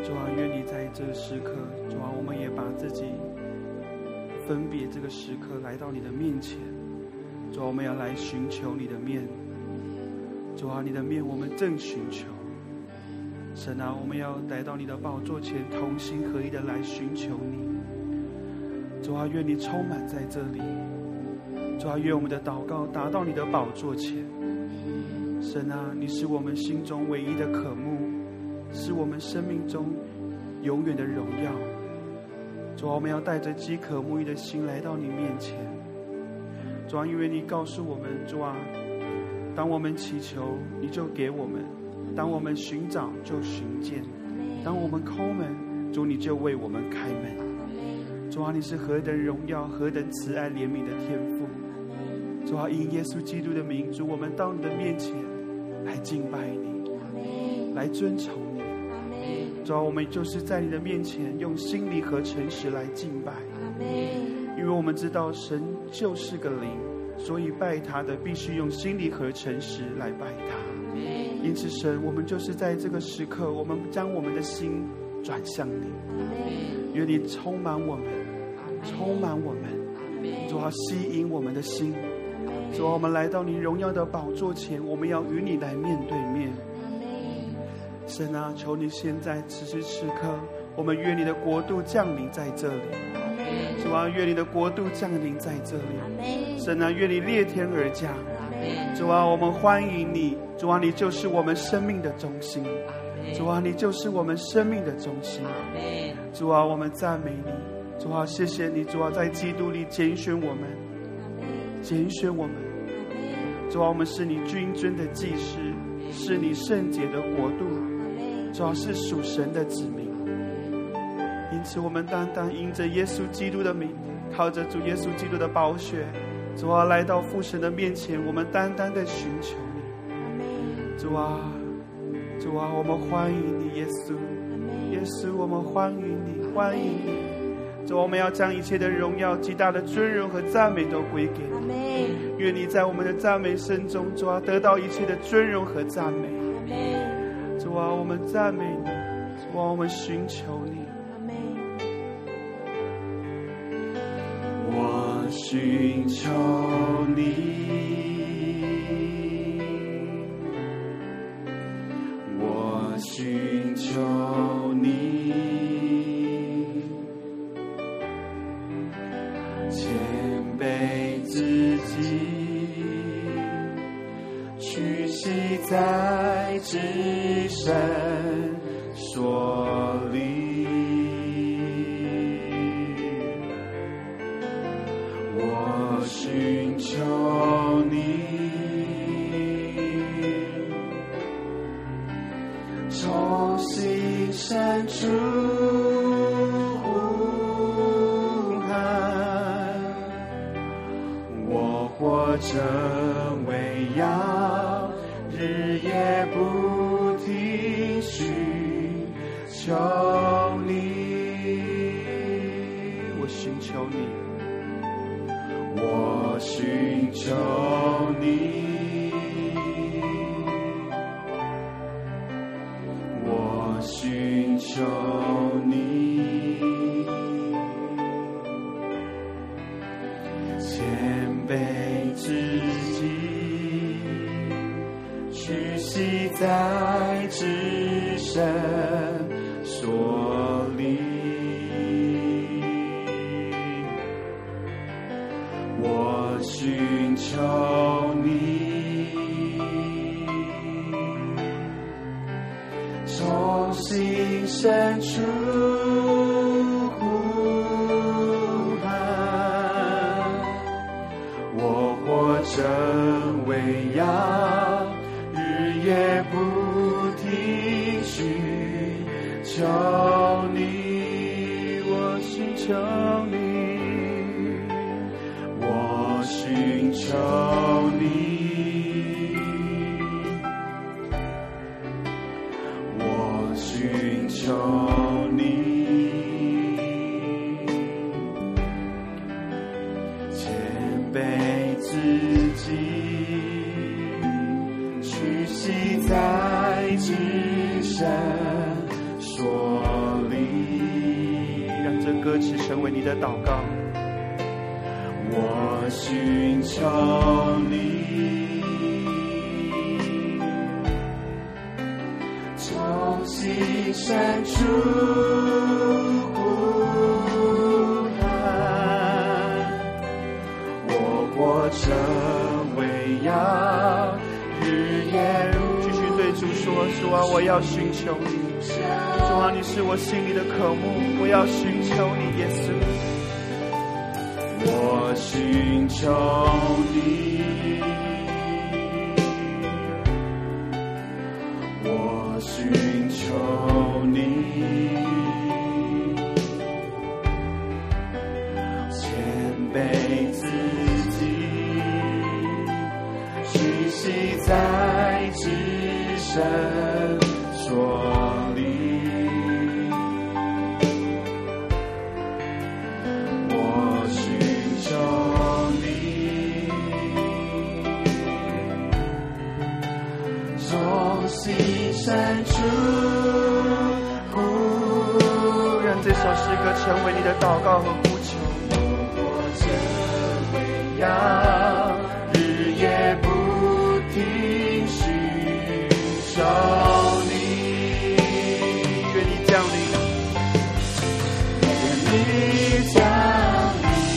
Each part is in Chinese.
主啊，愿你在这个时刻，主啊，我们也把自己分别这个时刻来到你的面前。主啊，我们要来寻求你的面。主啊，你的面我们正寻求。神啊，我们要来到你的宝座前，同心合一的来寻求你。主啊，愿你充满在这里。主啊，愿我们的祷告达到你的宝座前。神啊，你是我们心中唯一的渴慕，是我们生命中永远的荣耀。主啊，我们要带着饥渴沐浴的心来到你面前。主啊，因为你告诉我们，主啊，当我们祈求，你就给我们；当我们寻找，就寻见；当我们叩门，主你就为我们开门。主啊，你是何等荣耀、何等慈爱怜悯的天父。主啊，因耶稣基督的名，主我们到你的面前来敬拜你，来尊崇你。主啊，我们就是在你的面前用心灵和诚实来敬拜，因为我们知道神就是个灵，所以拜他的必须用心灵和诚实来拜他。因此神，我们就是在这个时刻，我们将我们的心转向你，愿你充满我们，充满我们。主啊，吸引我们的心。主啊，我们来到你荣耀的宝座前，我们要与你来面对面。神啊，求你现在此时此刻，我们愿你的国度降临在这里。主啊，愿你的国度降临在这里。神啊，愿你裂天而降。主啊，我们欢迎你。主啊，你就是我们生命的中心。主啊，你就是我们生命的中心。主啊，我们赞美你。主啊，谢谢你。主啊，在基督里拣选我们，拣选我们。主啊，我们是你君尊的祭司，是你圣洁的国度。主啊，是属神的子民。因此我们单单因着耶稣基督的名，靠着主耶稣基督的宝血，主啊，来到父神的面前，我们单单的寻求你。主啊，主啊，我们欢迎你，耶稣，耶稣，我们欢迎你，欢迎你。主啊，我们要将一切的荣耀、极大的尊荣和赞美都归给你。愿你在我们的赞美声中，主啊，得到一切的尊荣和赞美。主啊，我们赞美你，主啊，我们寻求你。 我寻求你，我寻求你，谦卑自己，屈膝在至圣所里。我寻求你，重新伸出呼喊，我活着为要日夜不停寻求你。 我寻求你， 我寻求你，我寻求你，谦卑自己，屈膝在至圣所里。我寻求你，重新伸出呼喊，我活着为要日夜不停寻求你。我寻求你，我寻求你，我寻求你，谦卑自己，屈膝在至圣所歌词成为你的祷告。 我寻求你，从心深处呼喊，我活成为要日夜如。 继续对主说：主啊，我要寻求你。主啊，你是我心里的渴慕，我要寻求你，耶稣。 我寻求你，我寻求你，谦卑自己，屈膝在至圣所里。深处让这首诗歌成为你的祷告和呼求。 我这为要日夜不停寻求你， 愿你降临， 愿你降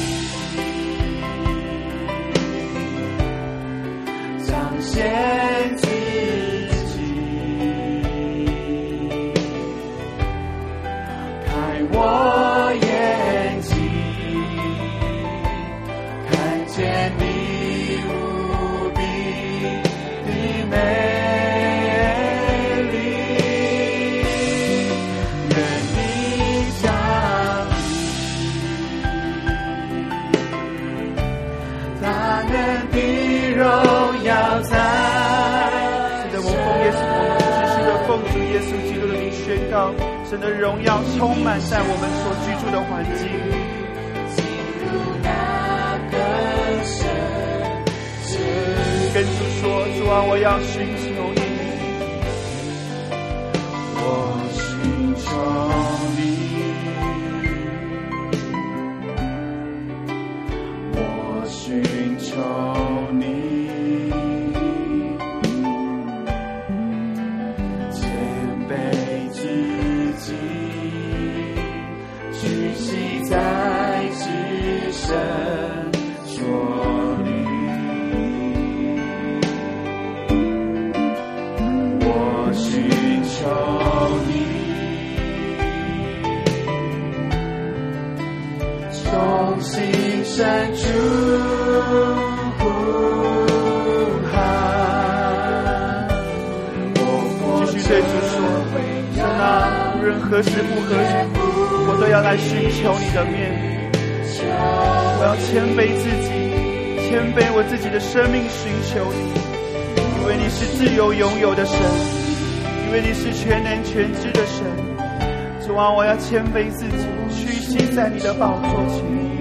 临，彰显自我眼睛看见你无比的美丽，愿你降临，大能的荣耀在。 是的，我奉耶稣，我们只是的奉主耶稣基督的名宣告。神的荣耀充满在我们所居住的环境， 进入那更深跟主说：主啊，我要寻求你， 我寻求你，我寻求你。在至圣所里，我寻求你，从心深处呼喊。 继续对主说：神啊，无论何时不合适，我都要来寻求你的面。我要谦卑自己，谦卑我自己的生命，寻求你，因为你是自由拥有的神，因为你是全能全知的神。主啊，我要谦卑自己，屈膝在你的宝座前。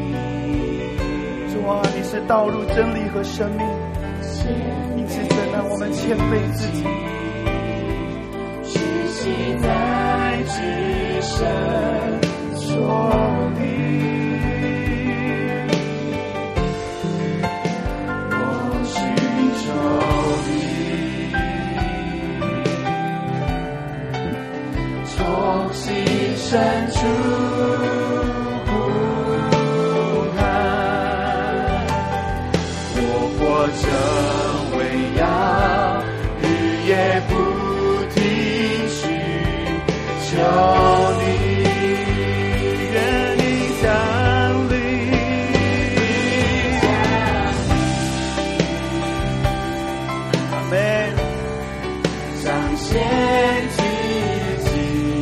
主啊，你是道路、真理和生命，因此神啊，我们谦卑自己， 屈膝在至圣所里。从心深处呼喊，我活着为要日夜不停寻求你，愿你降临， 阿们， 彰显自己，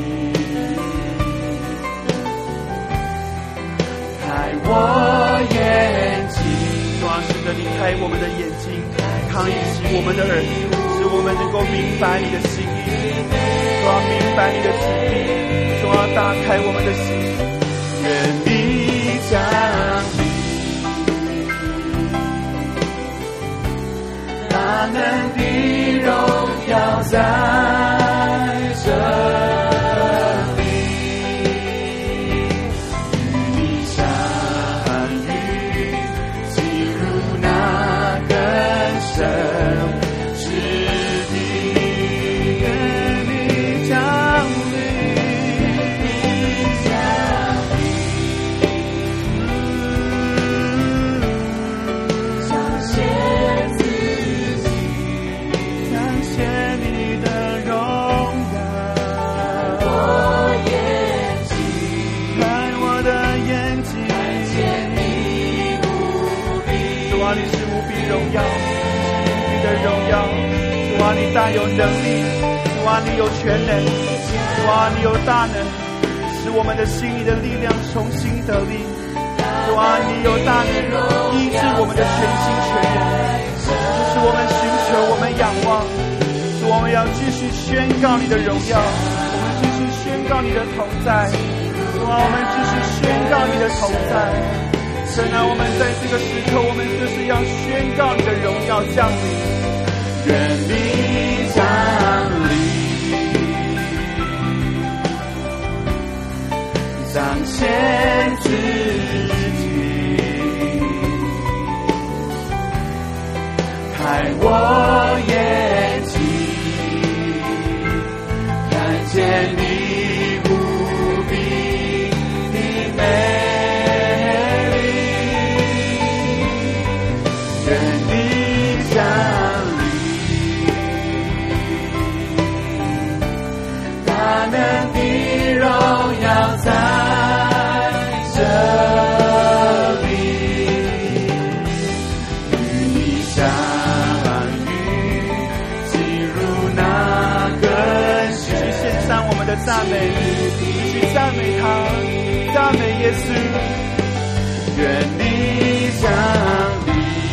开我眼睛。 主啊，是的，你开我们的眼睛，开启我们的耳朵，使我们能够明白你的心意。主啊，明白你的旨意。主啊，打开我们的心， 愿你降临，大能的荣耀在这里， 荣耀，你的荣耀。主啊，你大有能力，主啊，你有全能，主啊，你有大能，使我们的心里的力量重新得力。主啊，你有大能医治我们的全心全人，就是我们寻求，我们仰望。主，我们要继续宣告你的荣耀，我们继续宣告你的同在。主啊，我们继续宣告你的同在。神啊，我们在这个时刻，我们就是要宣告你的荣耀降临， 愿你降临，彰显自己，开我眼睛，看见你无比的美。在这里，与你相遇，进入那个继续献上我们的赞美，继续赞美他，赞美耶稣。 愿你降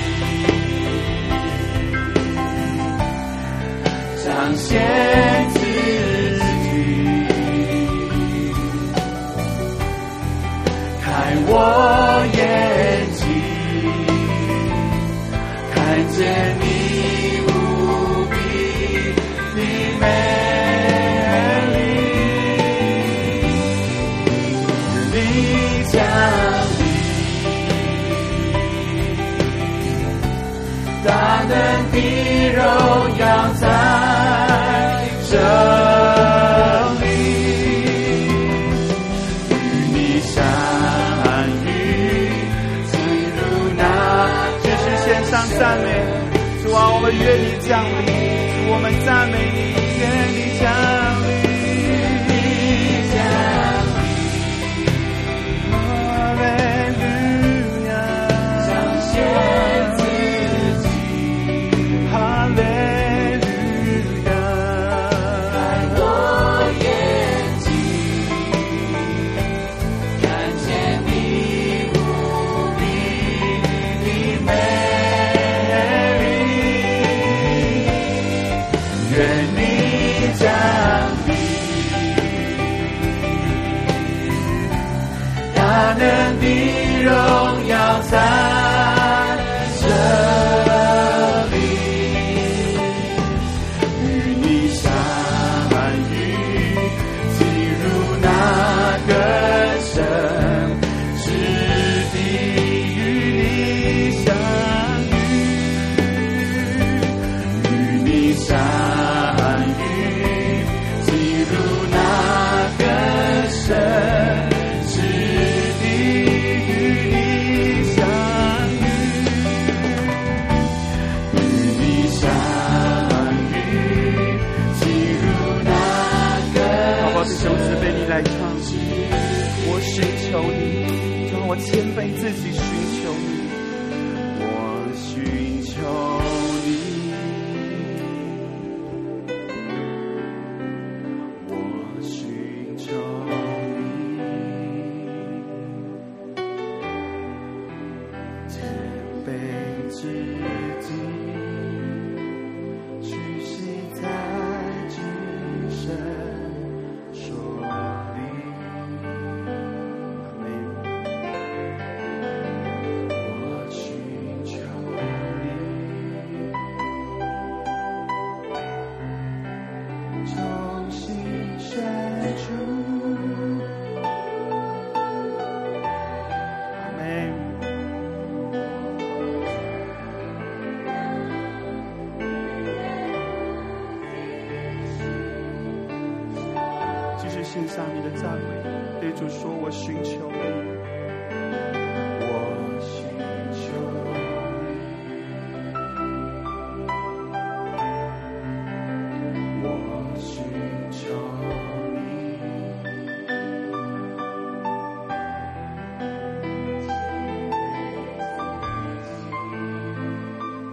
临，彰显自我眼睛，看见你无比的美丽，你降临，大能的荣耀在这里，与你相上赞美，主啊，我们愿你降临，主，我们赞美你，愿你降临，哈利路亚，彰显自己，哈利路亚，开我眼睛，看见你无比的美。 降临，大能的荣耀在这里，与你相遇，进入那个神之地，与你相遇，与你相遇。神之地，与你相遇，与你相遇，进入那个。 好不好？弟兄姊妹，你来唱。我寻求你，让我谦卑自己，寻求你。 我寻求你。 献上你的赞美，对主说：我寻求你， 我寻求你，我寻求你，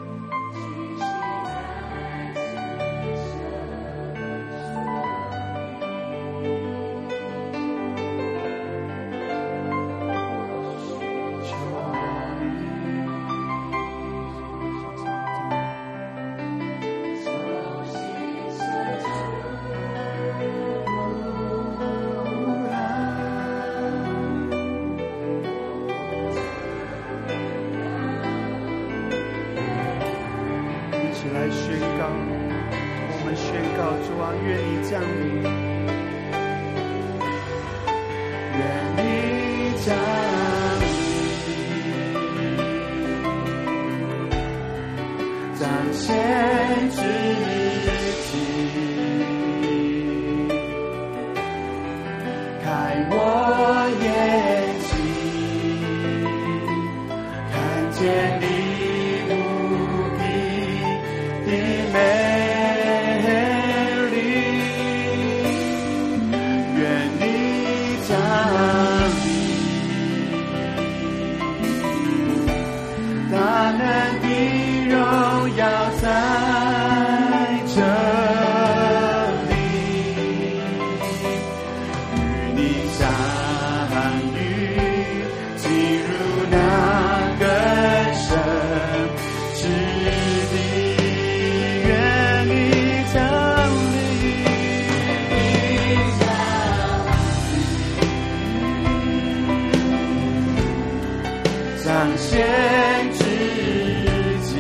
显自己，开我眼睛，看见你无比的美丽，愿你降临，大能的荣耀在这里，与你相遇，进入那更深之地，愿你降临，彰显自己，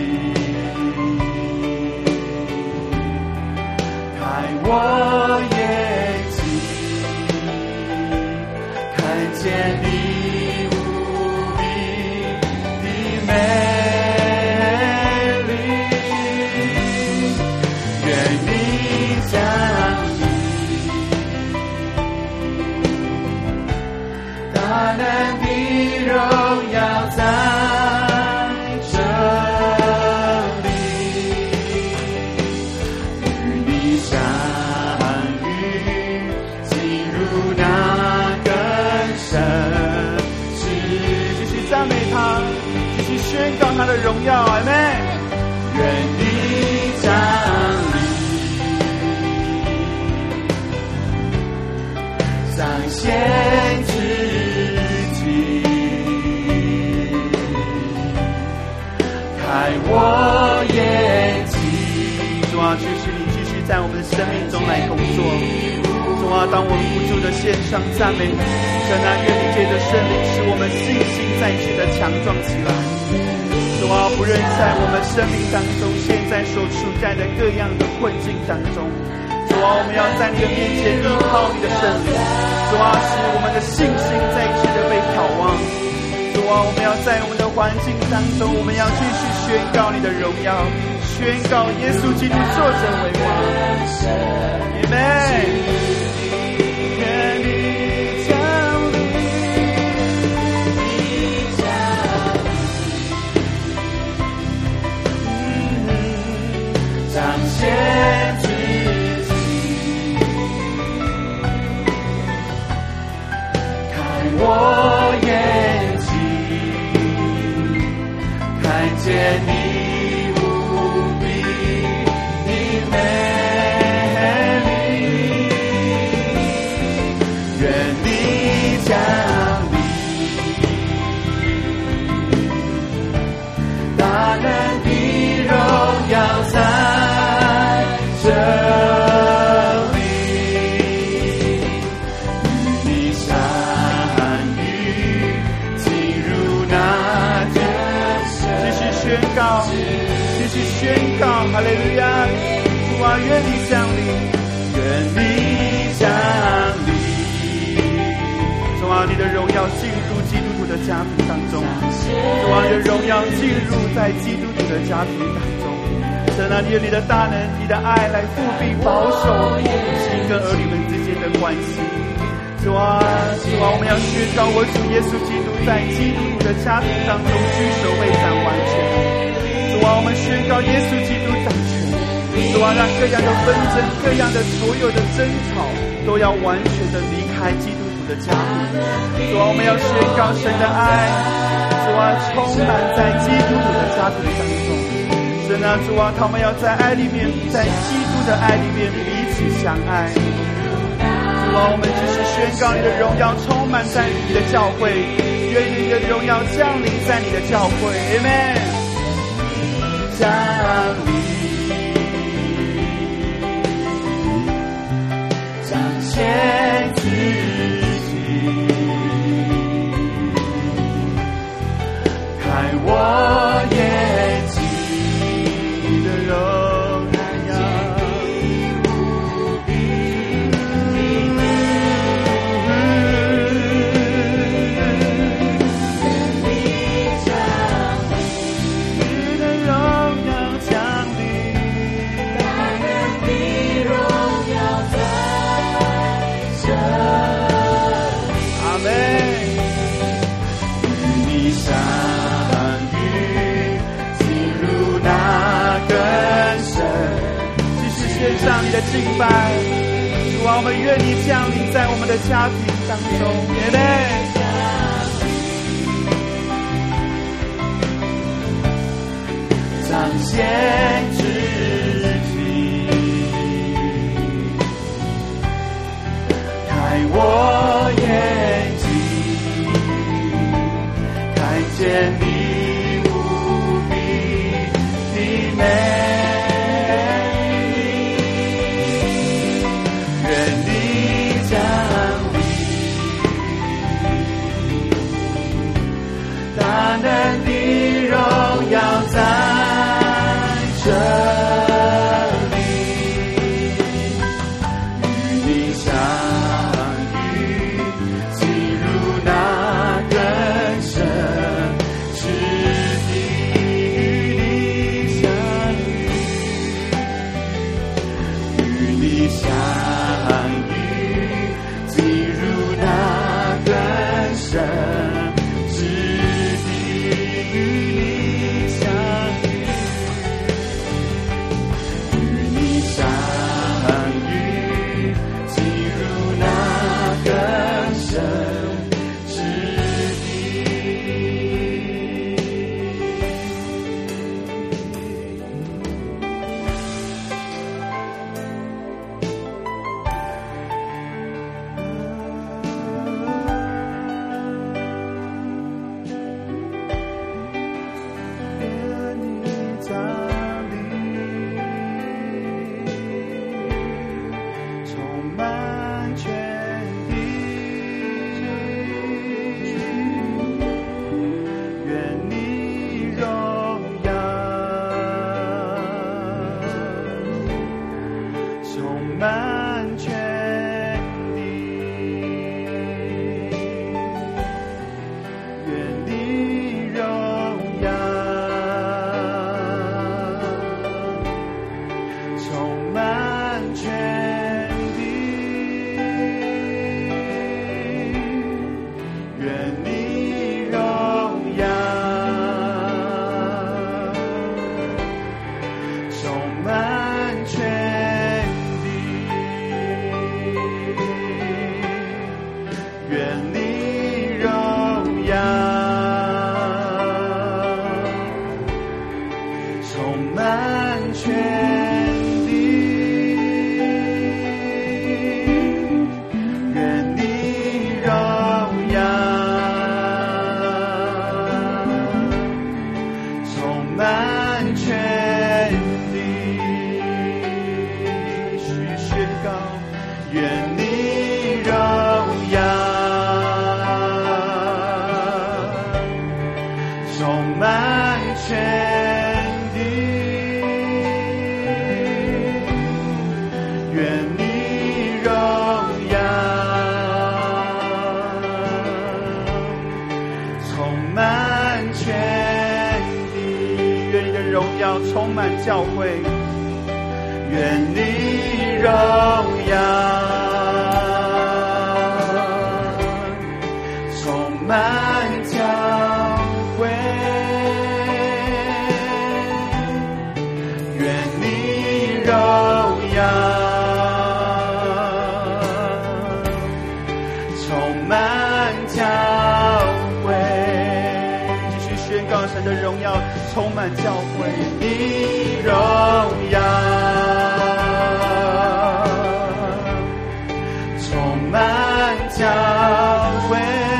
开我眼睛，看见你无比的美丽，愿你降临，大能的荣耀在这里，与你相遇，进入那更深之地， 继续赞美他，继续宣告他的荣耀，阿们。 愿你降临，彰显自己，开我眼睛， 主啊，继续你继续在我们的生命中来工作。主啊，当我们不住的献上赞美你，神啊，愿你借着圣灵使我们信心再次的强壮起来。主啊，不论在我们生命当中现在所处在的各样的困境当中，主啊，我们要在你的面前依靠你的圣灵。主啊，使我们的信心再次的被挑望。主啊，我们要在我们的环境当中，我们要继续宣告你的荣耀，宣告耶稣基督作者为王。阿们。愿你降临， 彰显自己，开我眼睛，看见你无比的美丽，愿你降临，大能的荣耀在这里，与你相遇，进入那更深。 继续宣告，继续宣告，哈利路亚！主啊，愿你降临， 愿你降临， 主啊，你的荣耀进入基督徒的家庭当中，主啊，你的荣耀进入在基督徒的家庭当中。神啊，你有你的大能，你的爱来复辟保守父亲跟儿女们之间的关系。主啊，主啊，我们要宣告我主耶稣基督在基督徒的家庭当中居首位掌完全。主啊，我们宣告耶稣基督掌权。主啊，让各样的纷争、各样的所有的争吵都要完全的离开基督徒的家庭。主啊，我们要宣告神的爱，主啊，充满在基督徒的家庭当中。神啊，主啊，他们要在爱里面，在基督的爱里面彼此相爱。主啊，我们只是宣告你的荣耀充满在你的教会，愿你的荣耀降临在你的教会，阿们。 降临，彰显自己，开我眼睛， 你的荣耀你的荣耀降临， 上你的敬拜。主啊，我们愿你降临在我们的家庭当中。阿们。 彰显自己，开我眼睛，看见你无比的美丽，愿你降临，大能的荣耀在这里，与你相遇，进入那更深之地，与你相遇，与你相遇，进入那更深之地，与你相遇。相遇，进入那更深之充满教会， 愿你荣耀充满教会，愿你荣耀充满教会， 继续宣告神的荣耀充满教会， 你荣耀充满教会，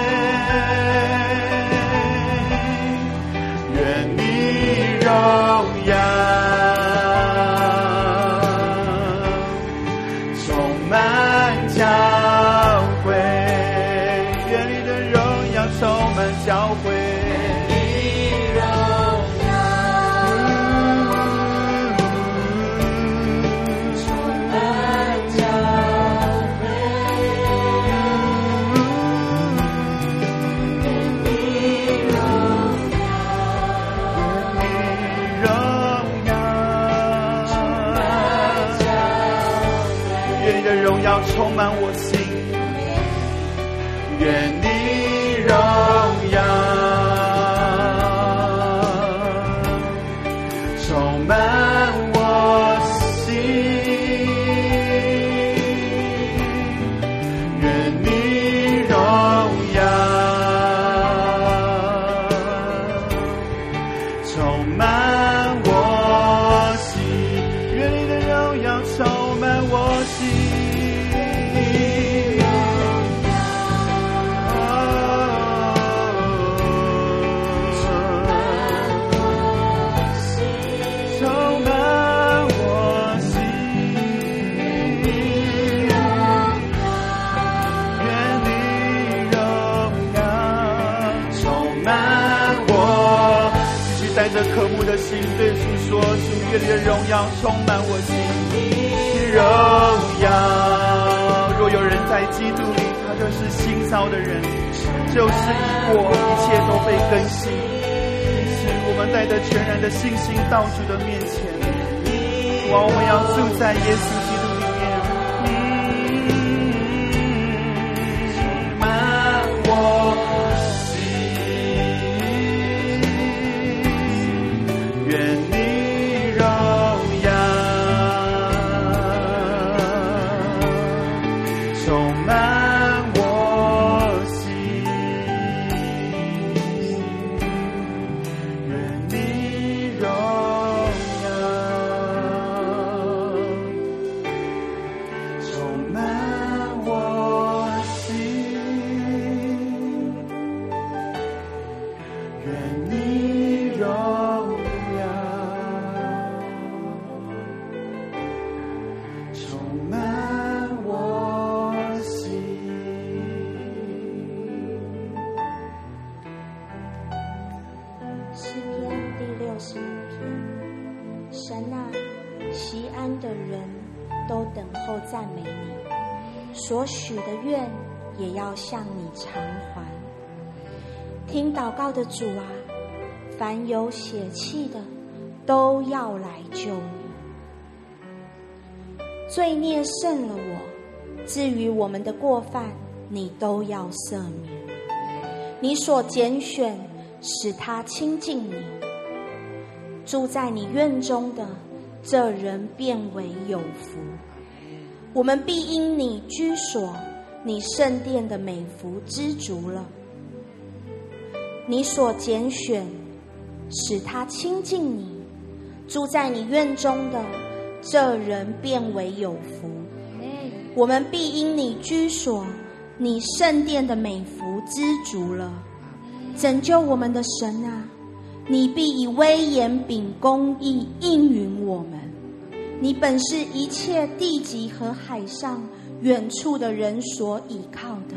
愿你荣耀充满教会， 愿你的荣耀充满教会。荣耀充满我心， 愿你荣耀充满我心， 带着渴慕的心对主说：主愿你的荣耀充满我心，荣耀。若有人在基督里，他就是新造的人，旧事已过，一切都被更新。因此我们带着全然的信心到主的面前，我们要住在耶稣基督里面，满我心，愿你荣耀充满我心，愿你荣耀充满我心，愿你荣耀充满我心。 诗篇第61篇。神啊，锡安的人都等候赞美你，所许的愿也要向你偿还。听祷告的主啊，凡有血气的都要来救你。罪孽胜了我，至于我们的过犯，你都要赦免。你所拣选，使他亲近你，住在你院中的，这人变为有福。我们必因你居所，你圣殿的美福知足了。你所拣选，使他亲近你，住在你院中的，这人变为有福。我们必因你居所，你圣殿的美福知足了。拯救我们的神啊，你必以威严秉公义应允我们。你本是一切地极和海上远处的人所倚靠的。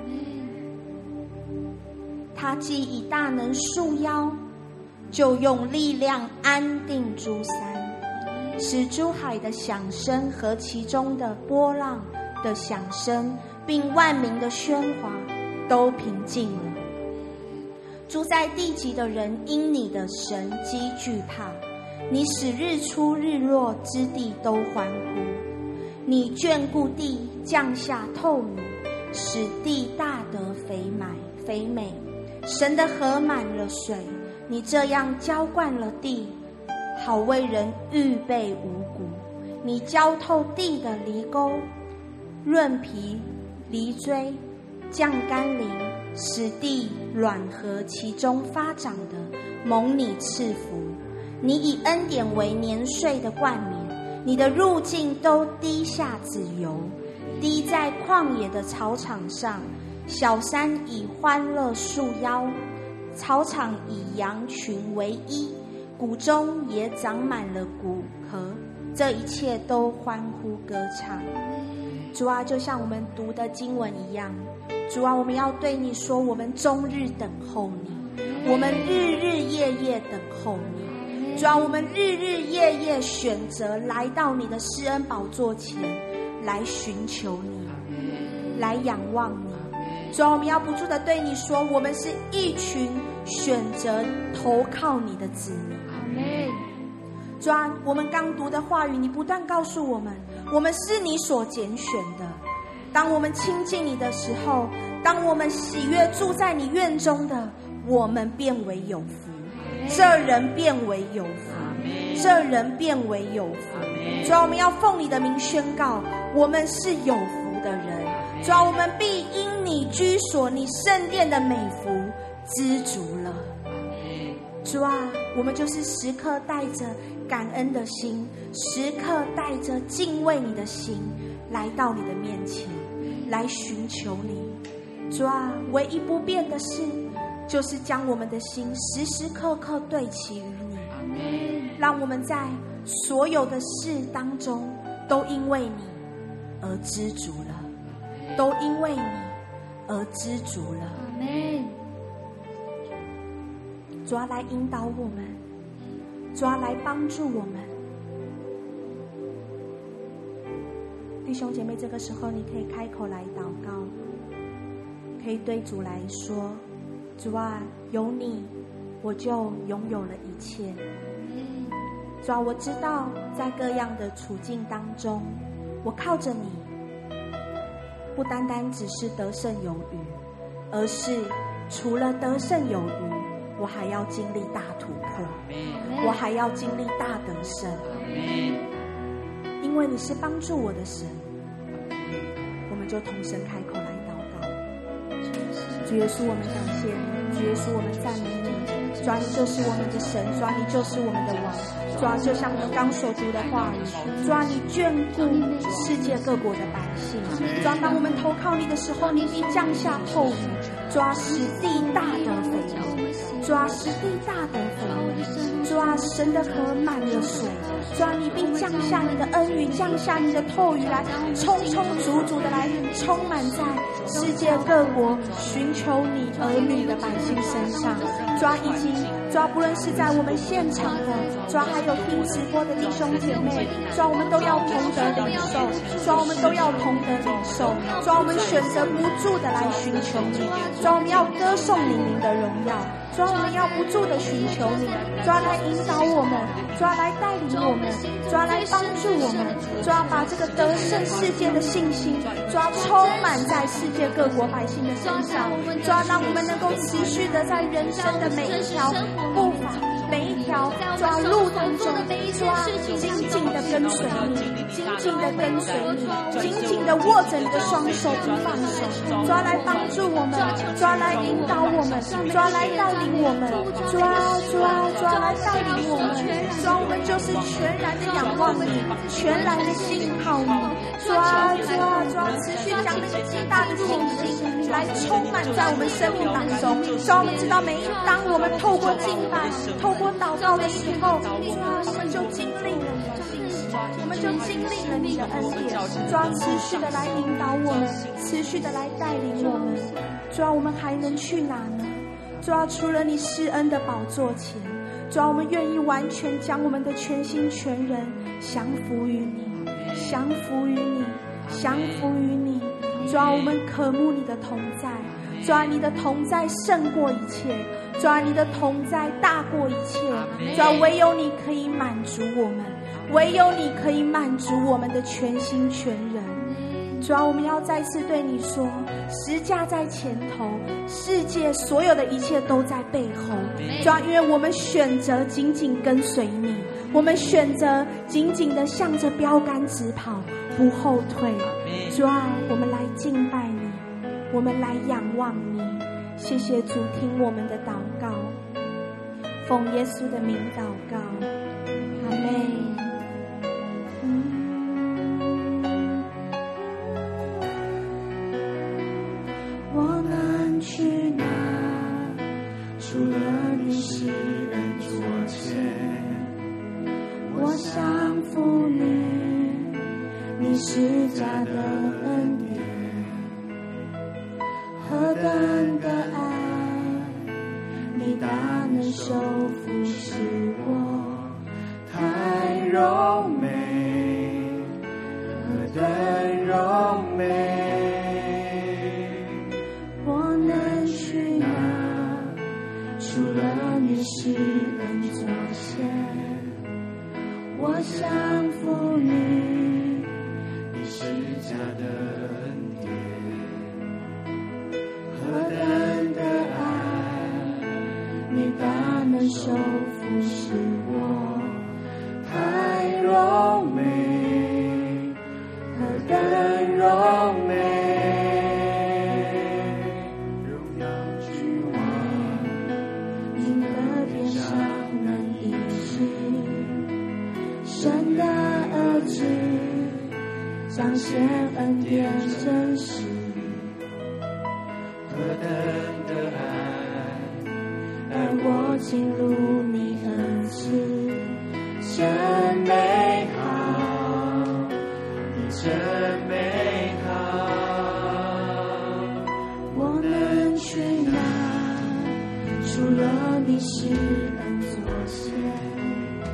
他既以大能束腰，就用力量安定诸山，使诸海的响声和其中的波浪的响声，并万民的喧哗都平静了。住在地极的人因你的神机惧怕，你使日出日落之地都欢呼。你眷顾地，降下透雨，使地大得肥美。神的河满了水，你这样浇灌了地，好为人预备五谷。你浇透地的犁沟，润皮犁锥，降甘霖，使地卵和其中发长的蒙你赐福。你以恩典为年岁的冠冕，你的入境都滴下脂油，滴在旷野的草场上。小山以欢乐束腰，草场以羊群为衣，谷中也长满了谷壳，这一切都欢呼歌唱。主啊，就像我们读的经文一样，主啊，我们要对你说，我们终日等候你，我们日日夜夜等候你。主啊，我们日日夜夜选择来到你的施恩宝座前，来寻求你，来仰望你。主啊，我们要不住的对你说，我们是一群选择投靠你的子民。主啊，我们刚读的话语，你不断告诉我们，我们是你所拣选的。当我们亲近你的时候，当我们喜悦住在你院中的，我们变为有福，这人变为有福，这人变为有福。主啊，我们要奉你的名宣告，我们是有福的人。主啊，我们必因你居所，你圣殿的美福知足了。主啊，我们就是时刻带着感恩的心，时刻带着敬畏你的心，来到你的面前，来寻求你。主啊，唯一不变的事，就是将我们的心时时刻刻对齐于你，让我们在所有的事当中都因为你而知足了，都因为你而知足了。主啊，来引导我们， 主啊，来帮助我们。弟兄姐妹，这个时候你可以开口来祷告，可以对主来说：主啊，有你，我就拥有了一切。主啊，我知道在各样的处境当中，我靠着你，不单单只是得胜有余，而是除了得胜有余，我还要经历大突破，我还要经历大得胜。因为你是帮助我的神，我们就同声开口来祷告。主耶稣，我们感谢你，主耶稣，我们赞美你。主啊，你就是我们的神，主啊，你就是我们的王。主啊，就像我们刚所读的话语，主啊，你眷顾世界各国的百姓。主啊，当我们投靠你的时候，你必降下透雨，主啊，使地大得肥沃，主啊，使地大得肥沃，主啊，神的河满了水，主啊，你必降下你的恩雨，降下你的透雨来，充充足足的来充满在世界各国寻求你儿女的百姓身上。主啊，以及主啊，不论是在我们现场的，主啊，还有听直播的弟兄姐妹，主啊，我们都要同得领受，主啊，我们都要同得领受，主啊，我们选择不住的来寻求你，主啊，我们要歌颂你名的荣耀，主啊，我们要不住的寻求你，主啊，来引导我们，主啊，来带领我们，主啊，来帮助我们，主啊，把这个得胜世界的信心，主啊，充满在世界各国百姓的身上，主啊，让我们能够持续的在人生的每一条步伐，每一条主啊路当中，主啊，紧紧的跟随你，紧紧的跟随你，紧紧的握着你的双手不放手，主啊，来帮助我们，主啊，来引导我们，主啊，来带领我们，主啊，主啊，主啊，来带领我们，主啊，我们就是全然的仰望你，全然的信靠你，主啊，主啊，主啊，持续将那个极大的信心来充满在我们生命当中。主啊，我们知道每一当我们透过敬拜、透过祷告的时候，主啊，我们就经历了你的信心，我们就经历了你的恩典。主啊，持续的来引导我们，持续的来带领我们。主啊，我们还能去哪呢？主啊，除了你施恩的宝座前，主啊，我们愿意完全将我们的全心全人降服于你，降服于你，降服于你。主啊，我们渴慕你的同在，主啊，你的同在胜过一切，主啊，你的同在大过一切，主啊，唯有你可以满足我们，唯有你可以满足我们的全心全人。主啊，我们要再次对你说，十架在前头，世界所有的一切都在背后。主啊，因为我们选择紧紧跟随你，我们选择紧紧的向着标杆直跑，不后退。主啊，我们来敬拜你，我们来仰望你。谢谢主，听我们的祷告，奉耶稣的名祷告，阿们。 我能去哪？除了你施恩座前，我降服你，你施加的恩典，何等的爱，你大能修复使我太柔美，何等柔美。除了你施恩座前，我降服你，你施加的恩典，何等的爱，你大能修复使我太柔美，何等柔美。神的儿子彰显恩典真实，何等的爱，让我进入你恩赐，真美好，你真美好。我能去哪？除了你施恩座前，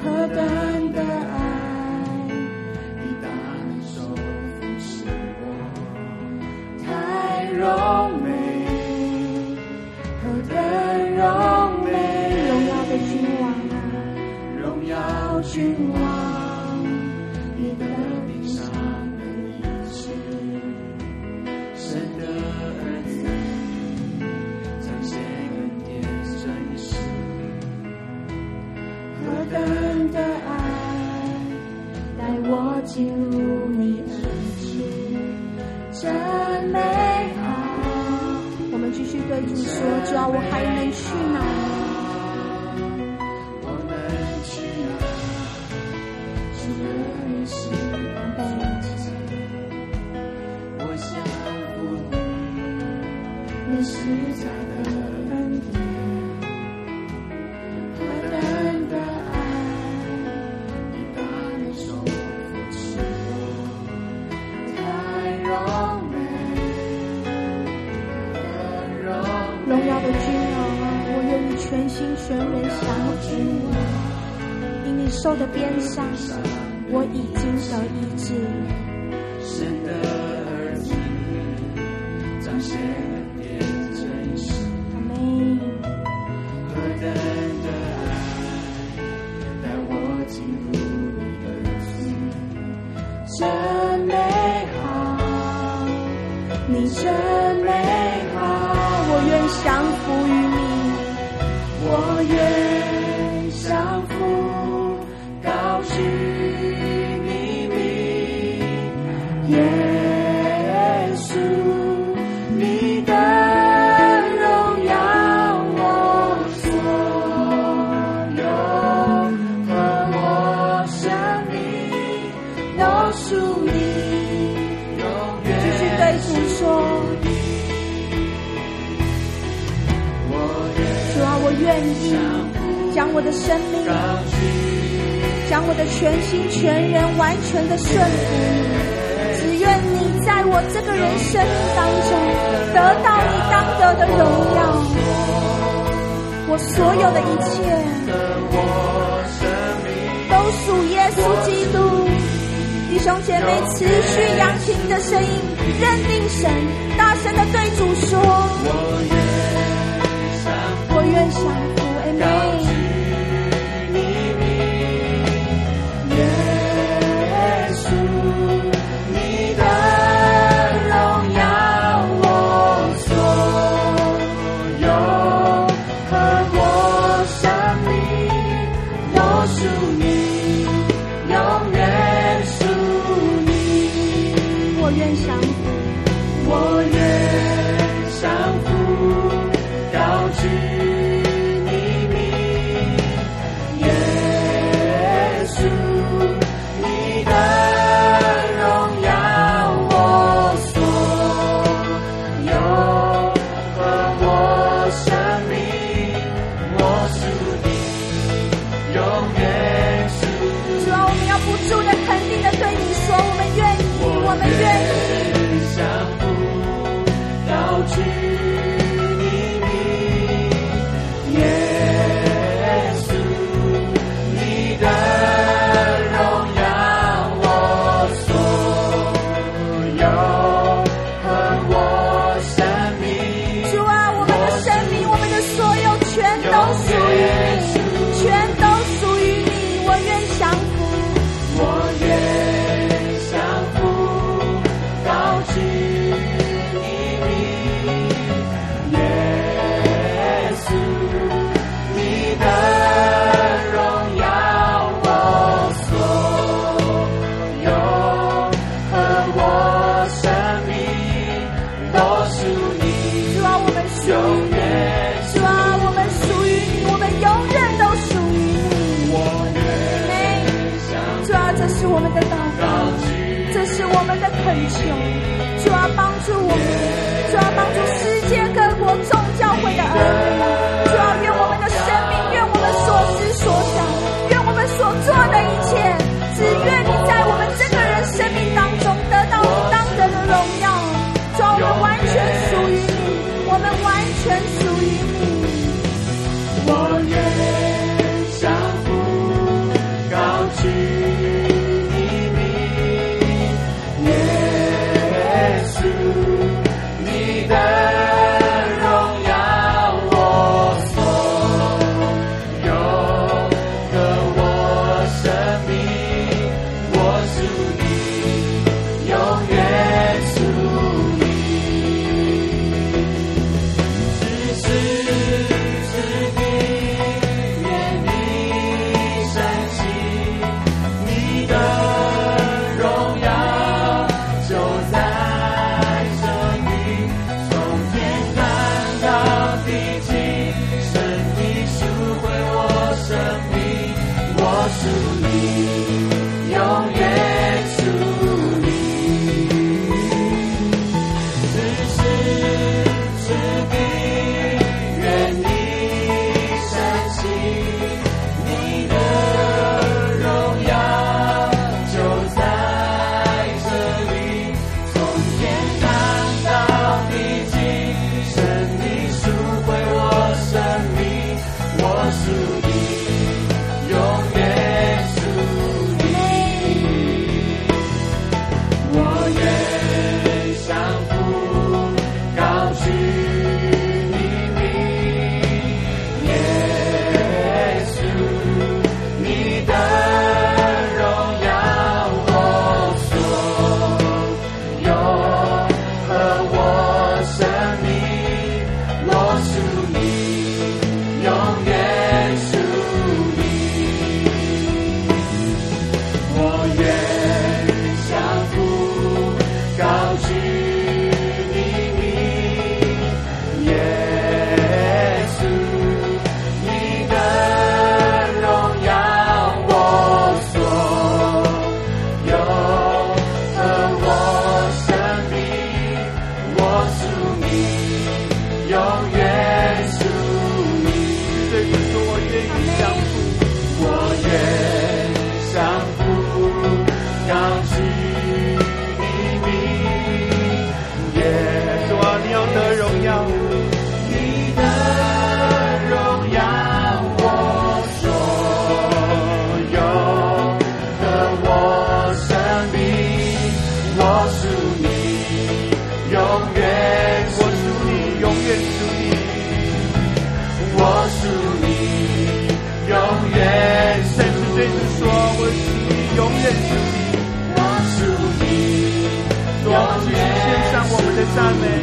何等的爱， 你大能手扶持我，太荣美，何等荣美， 荣耀的君王啊， 荣耀君王，你的名上的医治，神的儿子彰显恩典真实，何等的爱带我进入你恩赐，真美好。 我们继续对主说，主啊，我还能去哪呢？ 我能去哪？除了你是恩典，我降服你，你是他的恩典，何等的爱，你大能手扶持我，太荣美，何等荣美。 荣耀的君王啊，我愿意全心全人降服你，因你受的鞭伤，我已经得医治。 神的儿子彰显恩典真实， 阿们。 何等的爱带我进入你的心，真美好，你真美好， 我愿降服于你， 我愿降服高举你名，耶稣，你的荣耀我所有，和我生命都属你，永远继续对主说，主啊，我愿意将我的生命，将我的全心全人完全的顺服你，只愿你在我这个人生命当中得到你当得的荣耀，我所有的一切都属耶稣基督。弟兄姐妹，持续扬起你的声音，认定神，大声的对主说，我愿降服，阿们。 耶稣，你的荣耀我所有，和我生命都属你，永远属你。 我愿降服， 我愿降服，高举你名，耶稣，你的荣耀我所有，和我生命我属你，永远属你。 主啊，我们要不住的肯定的对你说，我们愿意，我们愿意。 降服，高举你名，耶稣，你的荣耀我所有，和我生命。 主啊，我们的生命，我们的所有全都属于你，全都属于你，我愿降服， 我愿降服，高举你名，耶稣，你的荣耀我所有，和我生命都属你， 主啊，我们属于永你， 远主啊，我们属于你，我们永远都属于你。 我愿降主啊，这是我们的祷告，这是我们的恳求。主啊，帮助我们，主啊，帮助世界各国众教会的儿女。主啊，愿我们的生命，愿我们所思所想，愿我们所做的一切，只愿你在我们这个人生命当中得到你当得的荣耀。主啊，我们完全属于你，我们完全属于你。 我愿降服， 我属你，永远属你。此时此地，愿你升起，你的荣耀就在这里，从天堂到地极，神你赎回我生命，我属你。永远属你，我愿降服，高举你名，耶稣，你的荣耀我所有，和我生命，我属你，永远属你。我愿降服，高举你名，耶稣，你的荣耀我所有，和我生命，我属你，永远属你。 对主说，我愿意降服， 我愿降服，高举你名，耶主啊，你要得荣耀， 你的荣耀我所有，和我生命，我属你，永远我属你，永远属你。 我属你，永远属甚至对主说，我属你，永远属你。 我属你， 主啊，继续献上我们的赞美，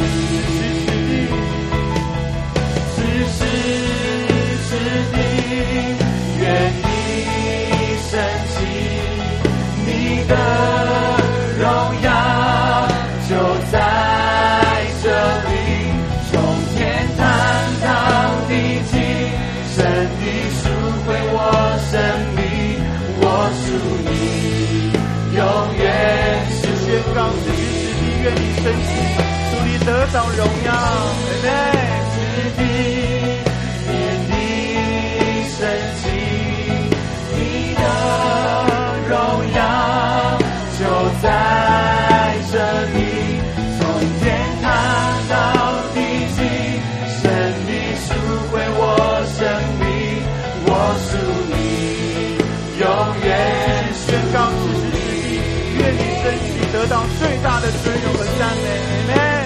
此时此地，愿你升起，你的荣耀就在这里，从天堂到地极，神你赎回我生命，我属你，永远属宣告此时此地，愿你升起，祝你得到荣耀。阿们。 此地，愿你升起，你的荣耀就在这里，从天堂到地极，神你赎回我生命，我属你，永远宣告此时此地，愿你升起，得到最大的尊荣和赞美。阿们。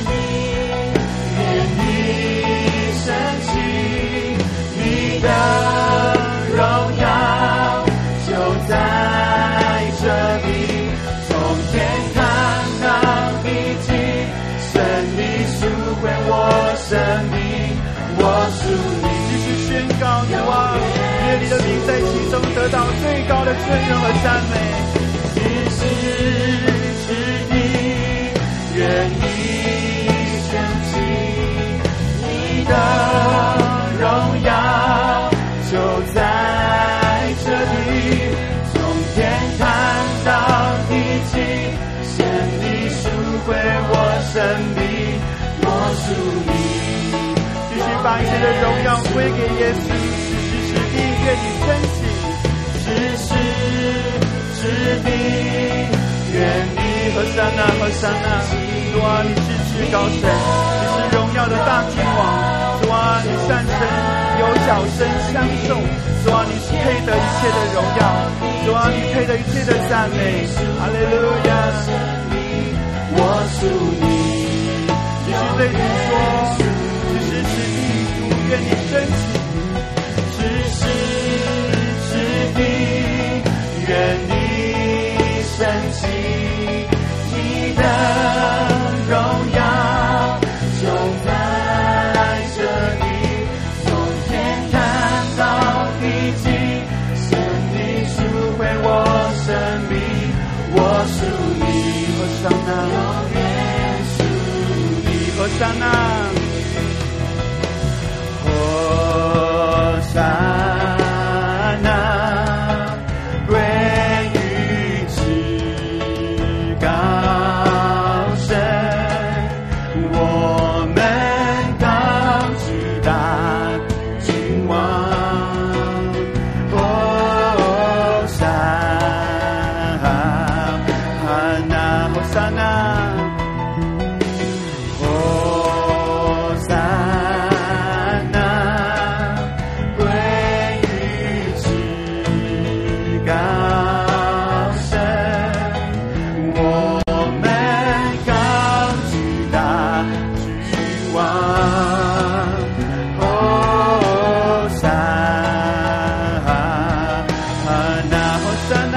愿你升起，你的荣耀就在这里，从天堂到地极，神你赎回我生命，我属你。 继续宣告主啊，愿你的名在其中得到最高的尊荣和赞美。 此时此地，愿你升起，你的荣耀就在这里，从天堂到地极，神你赎回我生命，我属你。 继续把一切的荣耀归给耶稣，此时此地，愿你升起。 此时此地，愿你和善那，和善那，主啊，你是至高神，你是荣耀的大君王，主啊，你善神有角声相送，主啊，你是配得一切的荣耀，主啊，你配得一切的赞美，哈利路亚。 我属你， 继续对主说，此时此地，主愿你升起。 此时此地，愿你升起，你的荣耀就在这里，从天堂到地极，神你赎回我生命，我属你， 和善那， 永远属你， 和善那。 和善那， 高升，我们高举大君王，哦撒那，哦撒那，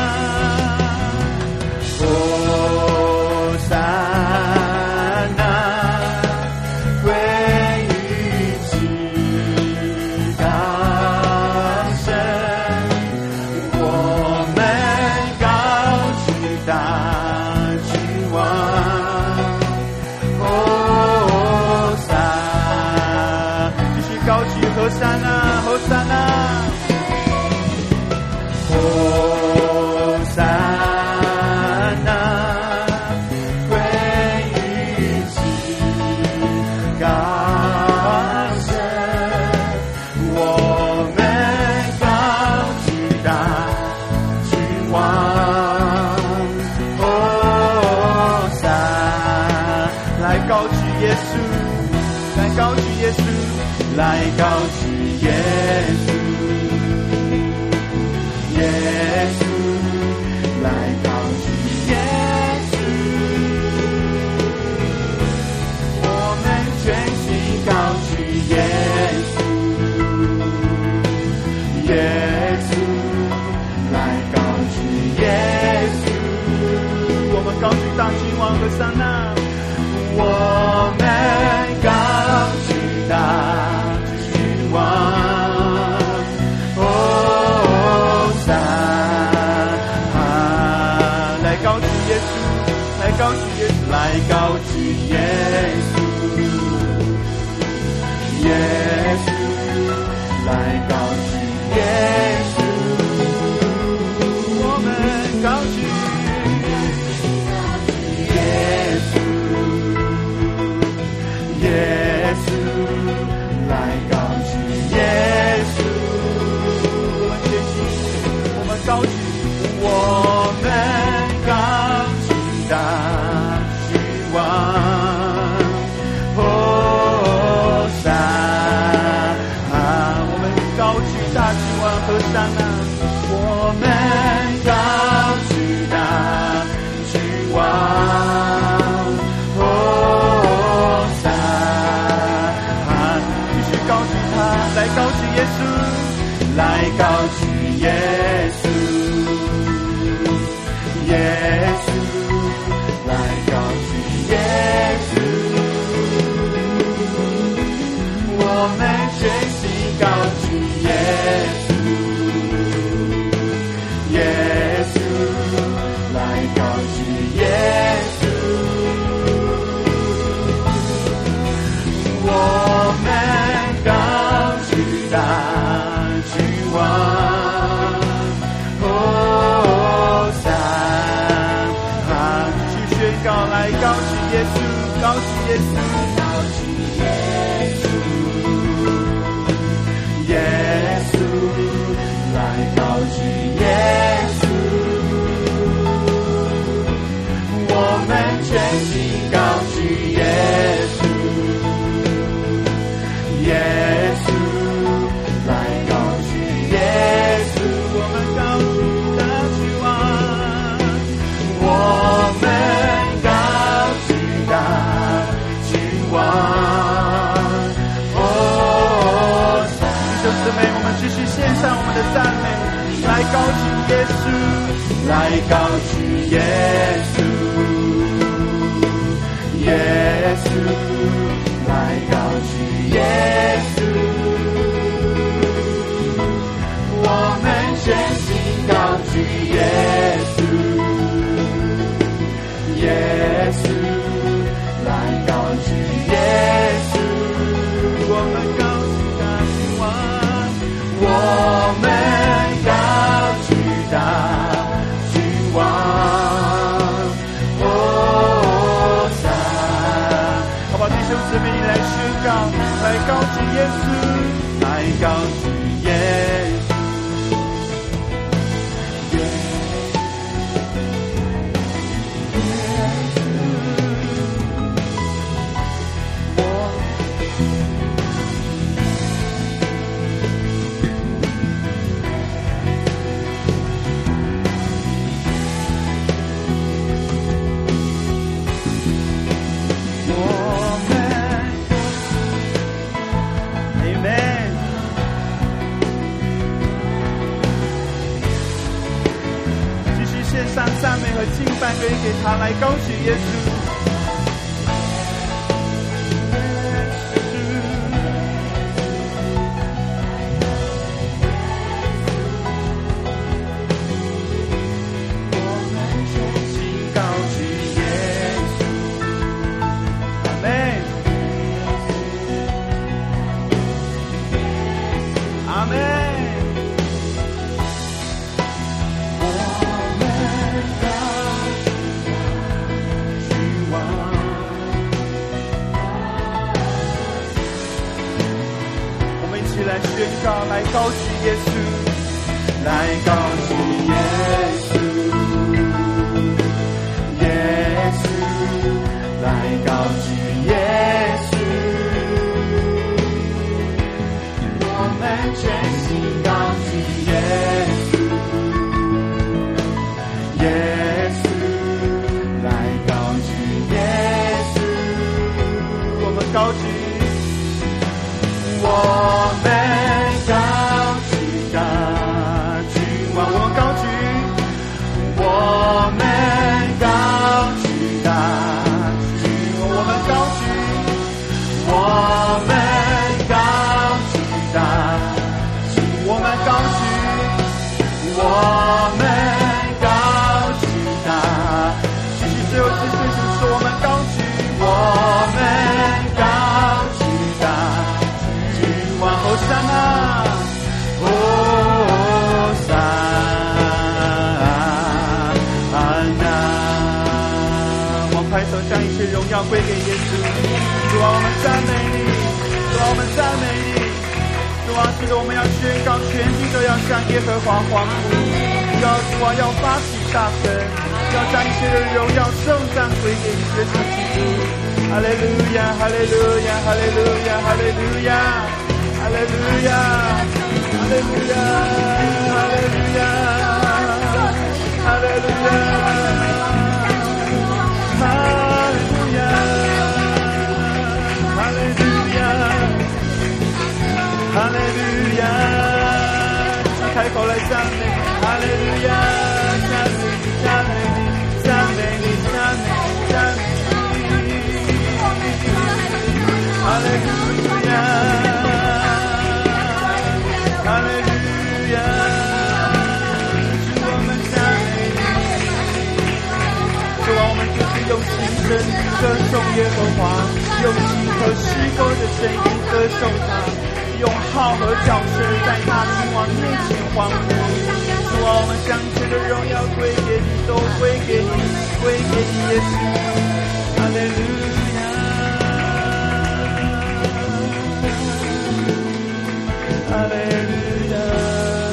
哦撒那，归于至高神，我们高举大君王，哦撒，继续高举和散那，和散那，和散那，归于至高神，我们高举大君王，哦撒，来高举耶稣，来高举耶稣，来高举耶稣，耶稣，来高举耶稣，我们全心高举耶稣，耶稣，来高举耶稣，我们高举大君王和撒那，我们高举大君王，哦撒，来高举耶稣，来高举耶稣，来高举耶稣，耶稣，来高举耶稣，我们高举耶稣，耶稣，来高举耶稣，我们高举，我们高举大君王，哦撒，我们高举大君王和散那，我们高举大君王，哦撒，继续高举他，来高举耶稣，来高举耶稣，耶稣，来高举耶稣，我们全心高举耶稣，耶稣，来高举耶稣，我们高举大君王，哦撒，去宣告，来高举耶稣，高举耶稣，高举耶稣，耶稣，来高举耶稣，我们全心高举耶稣，耶稣，来高举耶稣，我们高举大君王，我们高举大君王，哦撒，弟兄姊妹，我们继续献上我们的赞美，来高举耶稣，来高举耶稣，耶稣，来高举耶稣，我们全心高举耶稣，耶稣，来高举耶稣，我们高举大君王，我们高举大君王，哦撒，好吧，弟兄姊妹来宣告，来高举耶稣，来高举耶稣， 献上赞美和敬拜归给他，来高举耶稣。来高举耶稣，来高举耶稣，耶稣，来高举耶稣，我们全心高举耶稣，耶稣，来高举耶稣，我们高举，我们。将一切荣耀归给耶稣，主啊，我们赞美你，主啊，我们赞美你，主啊，是的，我们要宣告，全地都要向耶和华欢呼，主啊，要发起大声，要将一切的荣耀颂赞归给你，耶稣基督。哈利路亚，哈利路亚，哈利路亚，哈利路亚，哈利路亚，哈利路亚，哈利路亚，哈利路亚。哈利路亚，开口来赞美，哈利路亚，赞美你，赞美你，赞美你，赞美你，赞美你，哈利路亚，哈利路亚，主我们赞美你，主啊，我们就是用心声歌颂耶和华，用心和诗歌的声音歌颂他。用号和角声在他君王面前欢呼，主啊，我们将这个荣耀归给你，都归给你，归给你耶稣，哈利路亚，哈利路亚。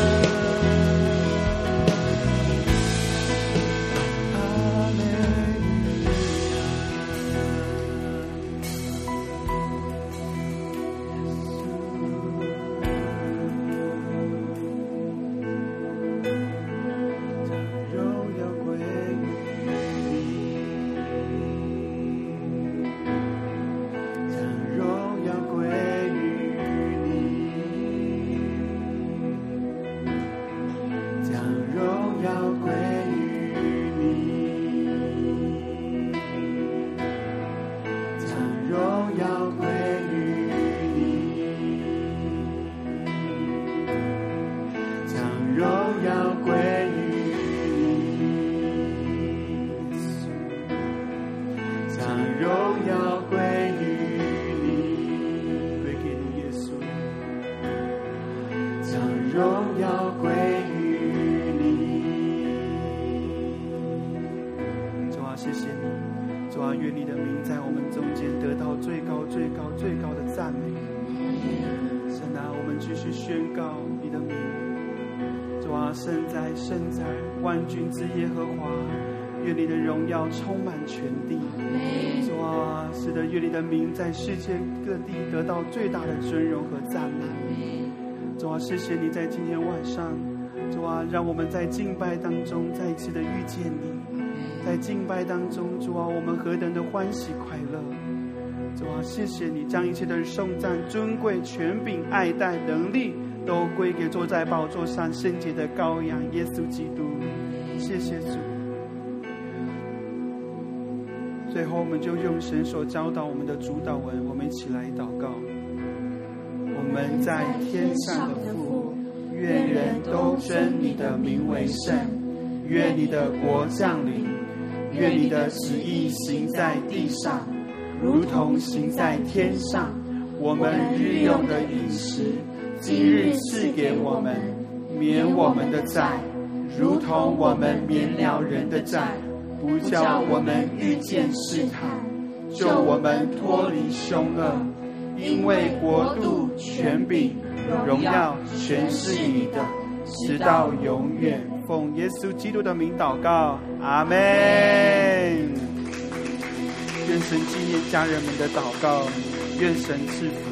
万军之耶和华，愿你的荣耀充满全地。主啊，是的，愿你的名在世界各地得到最大的尊荣和赞美。主啊，谢谢你在今天晚上，主啊，让我们在敬拜当中再一次的遇见你。在敬拜当中，主啊，我们何等的欢喜快乐。主啊，谢谢你将一切的颂赞、尊贵、权柄、爱戴、能力都归给坐在宝座上圣洁的羔羊耶稣基督。谢谢主。 最后，我们就用神所教导我们的主祷文，我们一起来祷告。我们在天上的父，愿人都尊你的名为圣，愿你的国降临，愿你的旨意行在地上，如同行在天上。我们日用的饮食，今日赐给我们，免我们的债，如同我们免了人的债，不叫我们遇见试探，救我们脱离凶恶。因为国度、权柄、荣耀全是你的，直到永远。奉耶稣基督的名祷告，阿们。愿神纪念家人们的祷告，愿神赐福。